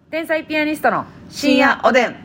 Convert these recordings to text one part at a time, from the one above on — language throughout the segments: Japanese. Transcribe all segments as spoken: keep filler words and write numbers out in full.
天才ピアニストの深夜おでん。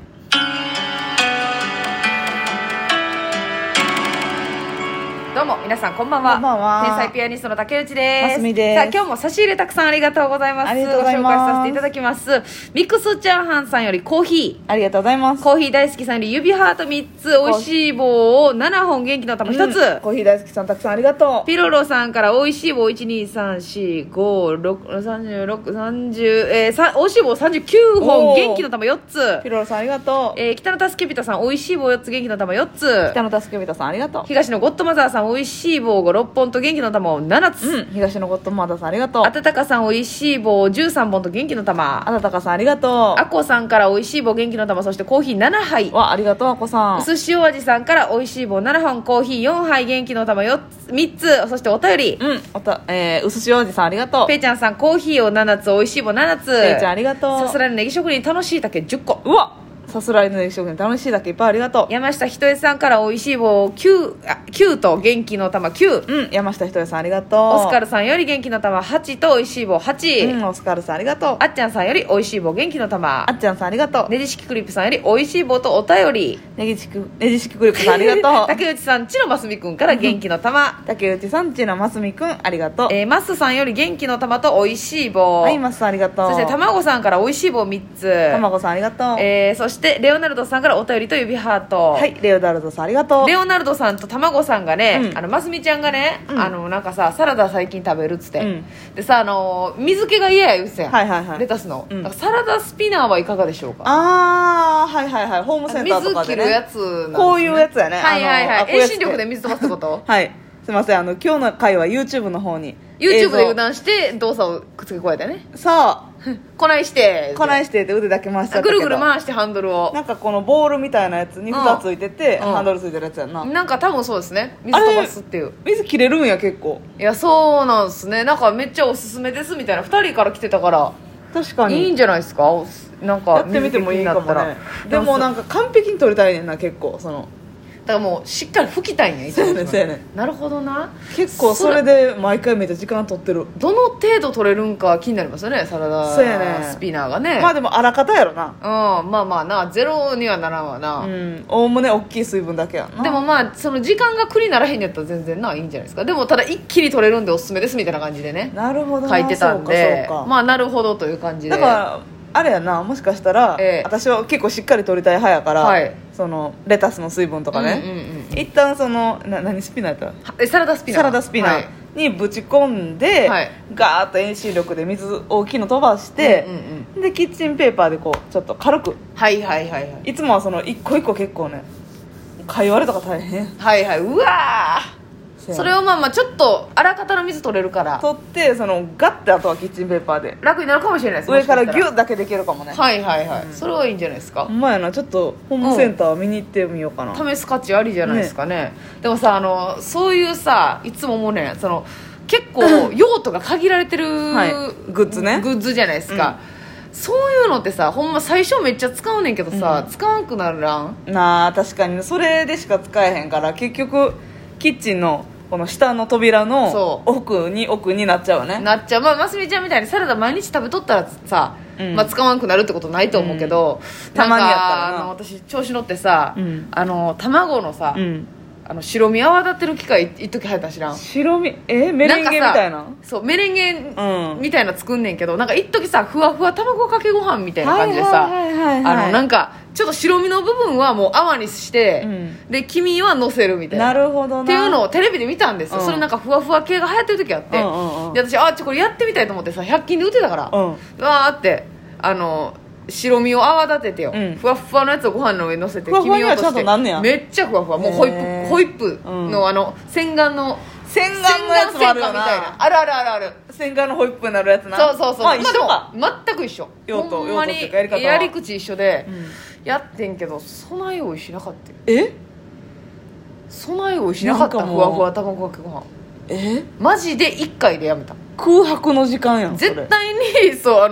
どうも皆さんこんばんは。 こんばんは。 天才ピアニストの竹内です。 ますみです。 さあ今日も差し入れたくさんありがとうございます。 ありがとうございます。 ご紹介させていただきます。ミックスチャーハンさんよりコーヒー、 ありがとうございます。 コーヒー大好きさんより指ハートみっつ、おいしい棒をななほん、元気の玉ひとつ、 うん、コーヒー大好きさんたくさんありがとう。 ピロロさんからおいしい棒いちにさんしごろくさんじゅうろくさんじゅう、えー、さおいしい棒さんじゅうきゅうほん、元気の玉よっつ、 ピロロさんありがとう。 えー、北野助け人さんおいしい棒よっつ、元気の玉よっつ、 北野助け人さんありがとう。 東のゴッドマザーさんおいしい棒ごろっぽんと元気の玉をななつ、 うん、東のゴッドマザーさんありがとう。 あたたかさんおいしい棒じゅうさんぼんと元気の玉、 あたたかさんありがとう。 あこさんからおいしい棒元気の玉、そしてコーヒーななはいわ、ありがとうあこさん。 うす塩味さんからおいしい棒ななほん、コーヒーよんはい元気の玉よっつみっつ、そしてお便り、 うん、おた、えー、うすしおじさんありがとう。 ペイちゃんさんコーヒーをななつ、おいしい棒ななつ、 ペイちゃんありがとう。 さすらいのネギ職人楽しい竹じゅっこ、 うわ、さすらいのネギ職人楽しいだけいっぱいありがとう。 山下ひとえさんからおいしい棒きゅう、あきゅうと元気の玉きゅう、 うん、山下ひとえさんありがとう。 オスカルさんより元気の玉はちとおいしい棒はち、 うん、オスカルさんありがとう。 あっちゃんさんよりおいしい棒元気の玉、 あっちゃんさんありがとう。 ねじ式クリップさんよりおいしい棒とお便り、 ネギチクネジ式クリップさんありがとう。 竹内さんちのますみくんから元気の玉、 竹内さんちのますみくんありがとう。 えー、マスさんより元気の玉とおいしい棒、 はい、ますさんありがとう。 そしてたまごさんからおいしい棒みっつ、 たまごさんありがとう。 えー、そしてレオナルドさんからお便りと指ハート、 はい、レオナルドさんありがとう。 レオナルドさんとたまごさんがね、 うんあのますみちゃんがね、 うんあのなんかさサラダ最近食べるっつって、 うんでさあの水気が嫌や言うてたやん、 はいはいはいレタスの、 うんなんかサラダスピナーはいかがでしょうか。 あー、はいはいはい、ホームセンターとかでね、 水切るやつなんですね、 こういうやつやね。 はいはいはい、 あのあこういうやつ遠心力で水飛ばすってことはい、すいません、あの今日の回は YouTube の方に YouTube で油断して動作をくっつけ加えてね、 さこないしてあこないしてって腕だけ回しちゃったけど、 ぐるぐる回してハンドルを、 なんかこのボールみたいなやつにふたついてて、 うんハンドルついてるやつやんな。 なんか多分そうですね、水飛ばすっていう。 水切れるんや結構。 いやそうなんすね、なんかめっちゃおすすめですみたいなふたりから来てたから確かにいいんじゃないですか。おすなんかやってみてもいいかも水気になっね。 たらでもなんか完璧に撮りたいねんな、結構そのだからもうしっかり拭きたいんや、いつもそうやねんそうやねんなるほどな。 結構それで毎回めっちゃ時間取ってる。 どの程度取れるんか気になりますよね、サラダそうやねスピナーがね。 まあでもあらかたやろな。 うん、まあまあな、ゼロにはならんわな、 うんおおむね大きい水分だけやんな。 でもまあその時間が苦にならへんやったら全然ないいんじゃないですか。でもただ一気に取れるんでおすすめですみたいな感じでねなるほどな、 書いてたんで、 そうかそうか、 まあなるほどという感じで。 だからあれやな、もしかしたら、 ええ私は結構しっかり取りたい派やから、 はいそのレタスの水分とかね、 うんうんうん、 一旦そのな何スピナーやったはえサラダスピナーサラダスピナはいーにぶち込んで、 はいガーッと遠心力で水大きいの飛ばして、 うんうんでキッチンペーパーでこうちょっと軽く、 はいはいはいはいいつもはその一個一個結構ねかいわれとか大変はいはい、うわーそれをまあまあちょっとあらかたの水取れるから取ってそのガッてあとはキッチンペーパーで楽になるかもしれないです。 上からギュッッだけできるかもね。 はいはいはい、 うんそれはいいんじゃないですかほ。んまやな、ちょっとホームセンター見に行ってみようかな。 試す価値ありじゃないですかね。でもさあのそういうさいつも思うね、その結構用途が限られてる、 はいグッズねグッズじゃないですか、そういうのってさほんま最初めっちゃ使うねんけどさ、使わんくならん。 なあ確かにそれでしか使えへんから結局キッチンのこの下の扉のそう奥に奥になっちゃうわね。 なっちゃう。まあますみちゃんみたいにサラダ毎日食べとったらさ、 うんまあ、使わんくなるってことないと思うけど、 うんたまにやったらななんかあの私調子乗ってさ、 うんあの卵のさ、 うんあの白身泡立ってる機械一時流行ったん知らん。 白身えメレンゲみたいな。 そうメレンゲうんみたいな作んねんけど、なんか一時さふわふわ卵かけご飯みたいな感じでさ、 はいはいはいはいはいあのなんかちょっと白身の部分はもう泡にして、 うんで黄身は乗せるみたいななるほどなっていうのをテレビで見たんですよ、 うんそれなんかふわふわ系が流行ってる時あって、 うんうんうんで私あちょこれやってみたいと思ってさひゃく均で売ってたから、 うんわーってあの白身を泡立ててよ、 うんふわふわのやつをご飯の上に乗せてふわふわにはちゃん黄身を落としてとなんねやめっちゃふわふわもうホイッへープホイップの、 うんあの洗顔の洗顔のやつもあるよ洗顔洗顔みたいなな。 あるあるあるある洗顔のホイップになるやつな。 そうそうそう、 まあ一緒か。 まあでも全く一緒用途ほんまに用途っていうかやり方はやり口一緒で、 うんやってんけどそないおいしなかったよ。 えそないおいしなかった。 なんかもうふわふわ卵かけご飯えマジでいっかいでやめた。 空白の時間やんそれ。 絶対にそうあの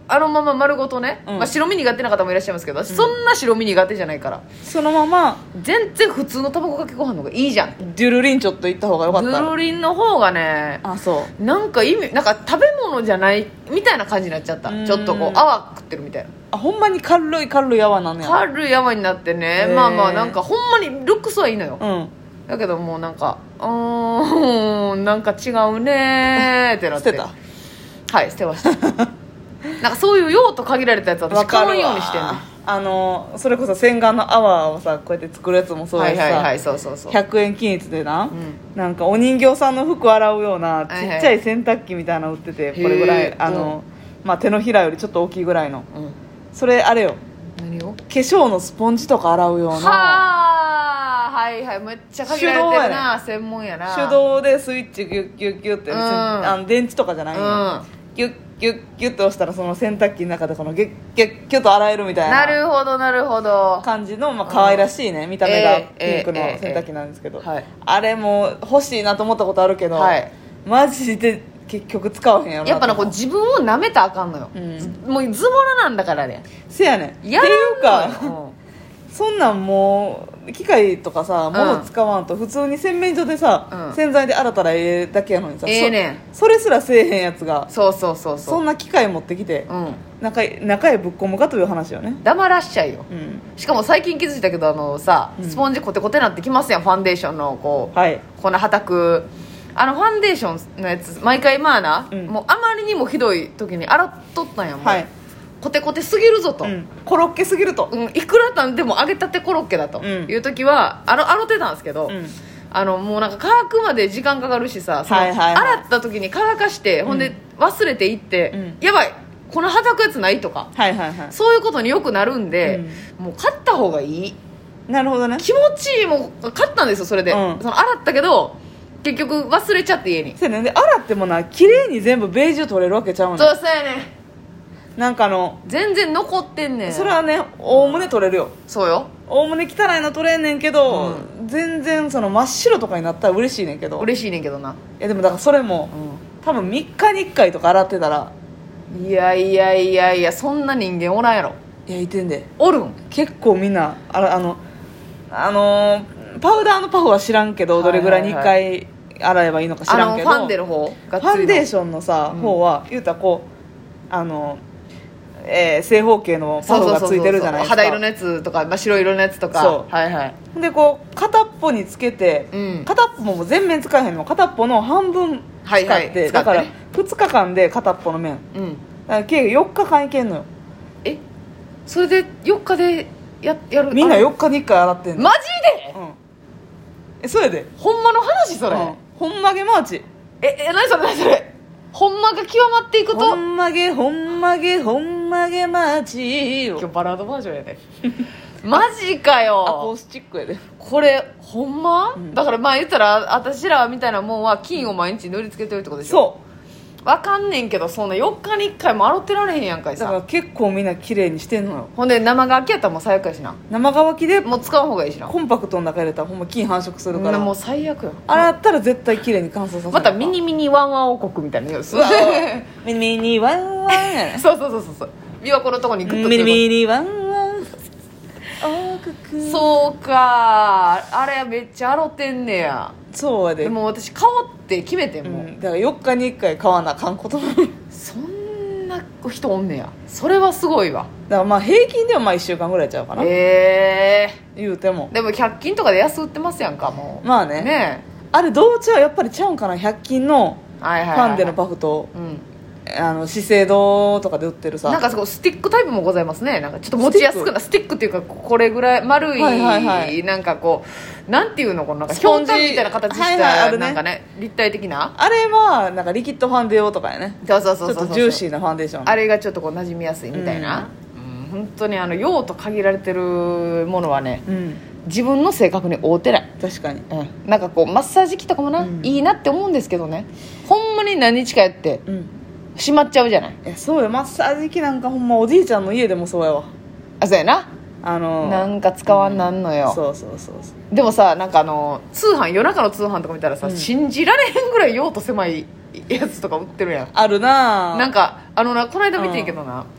あのまま丸ごとね、 うんまあ、白身苦手な方もいらっしゃいますけど、そんな白身苦手じゃないからそのまま全然普通の卵かけご飯の方がいいじゃん。 デュルリンちょっと行った方がよかったドゥルリンの方がね、 あそうなんか意味なんか食べ物じゃないみたいな感じになっちゃった。 うんちょっとこう泡食ってるみたいな、 あほんまに軽い軽い泡なんねや軽い泡になってね、 へーまあまあなんかほんまにルックスはいいのよ、 うんだけどもうなんかうーんなんか違うねーってなって捨てたはい捨てましたなんかそういう用途限られたやつ私買わんようにしてんねん。 あのそれこそ洗顔の泡をさこうやって作るやつもそうやしさ、 はいはいはいそうそうそうひゃくえん均一でな、 んなんかお人形さんの服洗うようなちはいはいっちゃい洗濯機みたいなの売ってて、これぐらいへーあの、まあ、手のひらよりちょっと大きいぐらいのうん、 それあれよ何を化粧のスポンジとか洗うようなはあはいはいめっちゃ限られてるな、専門やな。 手動でスイッチギュッギュッギュッって、 うんあの電池とかじゃないの、ギュッギュッギュッって押したらその洗濯機の中でこのギュッギュッギュッと洗えるみたいななるほどなるほど。 感じの、まあ可愛らしいね見た目がえーピンクのえー洗濯機なんですけど、 えーはいあれも欲しいなと思ったことあるけど、 はいマジで結局使わへんやろなやっぱなこうと思う自分を舐めたらあかんのよ、 うんずもうズボラなんだからね。 せやねんやらんっていうかのよそんなんもう機械とかさ物使わんと普通に洗面所でさ、 うん洗剤で洗ったらええだけやのにさ、 ええねんそそれすらせえへんやつがそうそうそうそうそんな機械持ってきて、 うん中へ中へぶっ込むかという話よね。 黙らしちゃいよ、 うんしかも最近気づいたけどあのさうんスポンジコテコテなってきますやん、ファンデーションのこう、 はい粉はたくあのファンデーションのやつ毎回まあな、 うんもうあまりにもひどい時に洗っとったんやもん、 はいコテコテすぎるぞと、 うん、コロッケすぎると、 うん、いくらなんでも揚げたてコロッケだと、 うんいう時はあの洗ってたんですけど、 うんあのもうなんか乾くまで時間かかるしさ、そのはいはいはい洗った時に乾かして、ほんで忘れていって、 うんやばいこのはたくやつないとかはいはいはそういうことによくなるんで、もう買った方がいい。 いなるほどね。 気持ちいいもん買ったんですよそれで、 うんその洗ったけど結局忘れちゃって家に。 そうやね。で洗ってもな綺麗に全部ベージュ取れるわけちゃうねん。 そうそうやねなんかあの全然残ってんねん。 それはねおおむね取れるよ。 そうよおおむね汚いの取れんねんけど、 う全然その真っ白とかになったら嬉しいねんけど、 嬉しいねんけどな、 いやでもだからそれも多分みっかにいっかいとか洗ってたらいやいやいやいやそんな人間おらんやろ。 いやいてんで。 おるん結構みんなあらあのあのーパウダーのパフは知らんけどどれぐらいにいっかい洗えばいいのか知あらんけど、 のファンデの方がファンデーョションのさ、 うん方は言うたらこうあの、えー正方形のパフがついてるじゃないですか。 肌色のやつとか、まあ、白色のやつとかそうはいはいでこう片っぽにつけて、 うん片っぽも全面使えへんの片っぽの半分使って、 はいはい使ってねだからふつかかんで片っぽの面うんだから計よっかかんいけんのよ。 えそれでよっかでややるみんなあよっかにいっかい洗ってんの。 マジでうんえそれでほんまの話それ、 うんほんまげマーチええ何それ何それほんまが極まっていくとほんまげほんまげほんまげマーチ今日バラードバージョンやでマジかアコーよスチックやで。 これほんま、 んだからまあ言ったら私らみたいなもんは金を毎日塗りつけてるってことでしょ。 そうわかんねんけどそんなよっかにいっかいも洗ってられへんやんかいだからさ。 結構みんな綺麗にしてんのよ。 ほんで生乾きやったらもう最悪やしな、 生乾きでもう使う方がいいしな。 コンパクトの中入れたらほんま菌繁殖するから、 もう最悪よ。 洗ったら絶対綺麗に乾燥させる。 またミニミニワンワン王国みたいなやつうわミニミニワンワンやねそうそうそうそうそう琵琶湖のとこにグッとミニくるミニワンワン王国そうかあれめっちゃ洗ってんねや。 そうやで。 でも私顔って決めてんもん、 うん、だからよっかにいっかい買わなあかんことなのだかそんな人おんねや。それはすごいわ。 らまあ平均ではまあいっしゅうかんぐらいちゃうかな、 え言うてもー、でもひゃく均とかで安売ってますやんかもうまあねねあれどうちはやっぱりちゃうんかな。ひゃく均のえはいフはいはいはいァンデのパフとうんあの資生堂とかで売ってるさなんかすごいスティックタイプもございますね。なんかちょっと持ちやすくなスティックっていうかこれぐらい丸い、 はいはいはいなんかこうなんていうのこのなんかスポンジひょうたんみたいな形した、 はいはいあるねなんかね立体的なあれはなんかリキッドファンデ用とかやね。 そうそうそうそうちょっとジューシーなファンデーション。 あれがちょっとこう馴染みやすいみたいな、うん、本当にあの用途限られてるものはねうん自分の性格に合うてない、 確かに。 うん、なんかこうマッサージ機とかもな、 うんいいなって思うんですけどねほんまに何日かやってうんしまっちゃうじゃない。 いやそうよ。マッサージ機なんかほんまおじいちゃんの家でもそうやわ。 あそうやなあのなんか使わんなんのよ、 そうそうそうそうでもさなんかあの通販夜中の通販とか見たらさ、 うん信じられへんぐらい用途狭いやつとか売ってるやん。 あるなぁなんかあのなこの間見てんけどな、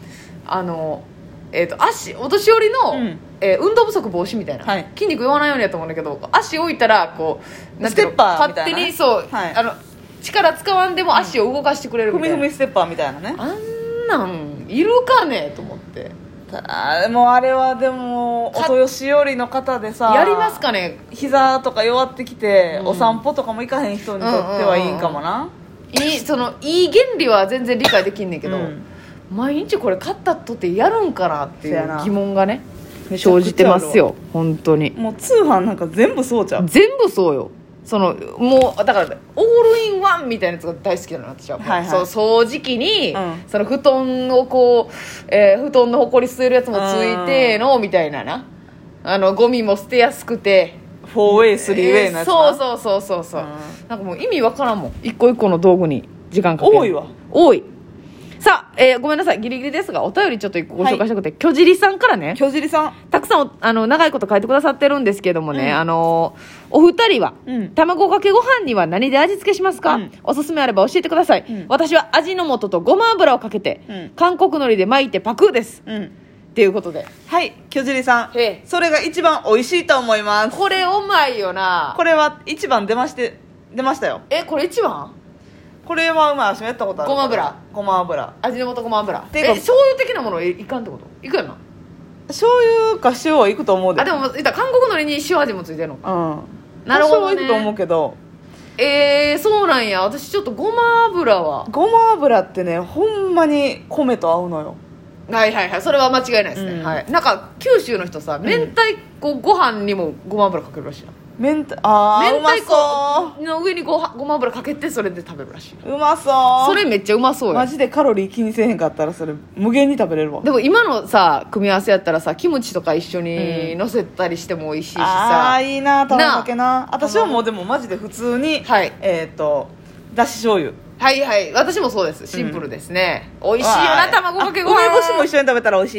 あのえー、と足お年寄りの、 うんえー運動不足防止みたいな、 はい筋肉言わないようにやと思うんだけど足置いたらこうなんていうのステッパーみたいな勝手にそう、 はいあの力使わんでも足を動かしてくれるふみみたいな、 ふみステッパーみたいなね。 あんなんいるかねと思ってあでもあれはでもおか年寄りの方でさやりますかね。 膝とか弱ってきて、 うんお散歩とかも行かへん人にとってはいいんかもな。 いいそのいい原理は全然理解できんねんけど、 うん毎日これ買ったとってやるんかなっていうせやな疑問がねめちゃくちゃあるわ生じてますよ本当に。 もう通販なんか全部そうちゃう。 全部そうよ。そのもうだからオールインワンみたいなやつが大好きなの私は、 はいはいそう掃除機に、 うんその布団をこう、えー布団のほこり吸えるやつもついてのみたいなな、あのゴミも捨てやすくてフォーウェイスリーウェイのやつな、 そうそうそうそうそう、 うんなんかもう意味わからんもん一個一個の道具に時間かける多いわ。 多い。さあ、えーごめんなさいギリギリですがお便りちょっと一個ご紹介したくて、きょじりさんからねきょじりさん、 たくさんおあの長いこと書いてくださってるんですけどもね、 うんあのお二人は、 うん卵かけご飯には何で味付けしますか、 うんおすすめあれば教えてください、 うん私は味の素とごま油をかけて、 うん韓国海苔で巻いてパクですうん、 っていうことではいきょじりさん、 へえそれが一番美味しいと思います。 これうまいよな。 これは一番出まして出ましたよ。 えこれ一番これはうまい。私もやったことある。 ごま油ごま油味の素ごま油ていうかえ醤油的なものいいかんってこといくやんな。 醤油か塩はいくと思うで。 あでも言ったら韓国海苔に塩味もついてるのか。 うんなるほどね多少はいくと思うけど、 えー、そうなんや。私ちょっとごま油はごま油ってねほんまに米と合うのよ。 はいはいはいそれは間違いないですね、 うんはい、なんか九州の人さ明太子ご飯にもごま油かけるらしいな、 明太あーうま明太そ子の上にごはごま油かけてそれで食べるらしいううまそう。 それめっちゃうまそうよマジでカロリー気にせえへんかったらそれ無限に食べれるわ。 でも今のさ組み合わせやったらさキムチとか一緒に乗せたりしても美味しいしあさ、 あいいな卵かけな。私はもうでもマジで普通に、 はいえっ、とだし醤油。 はいはい私もそうですシンプルですね、美味しいよなわあ卵かけご飯あ梅干しも一緒に食べたら美味しい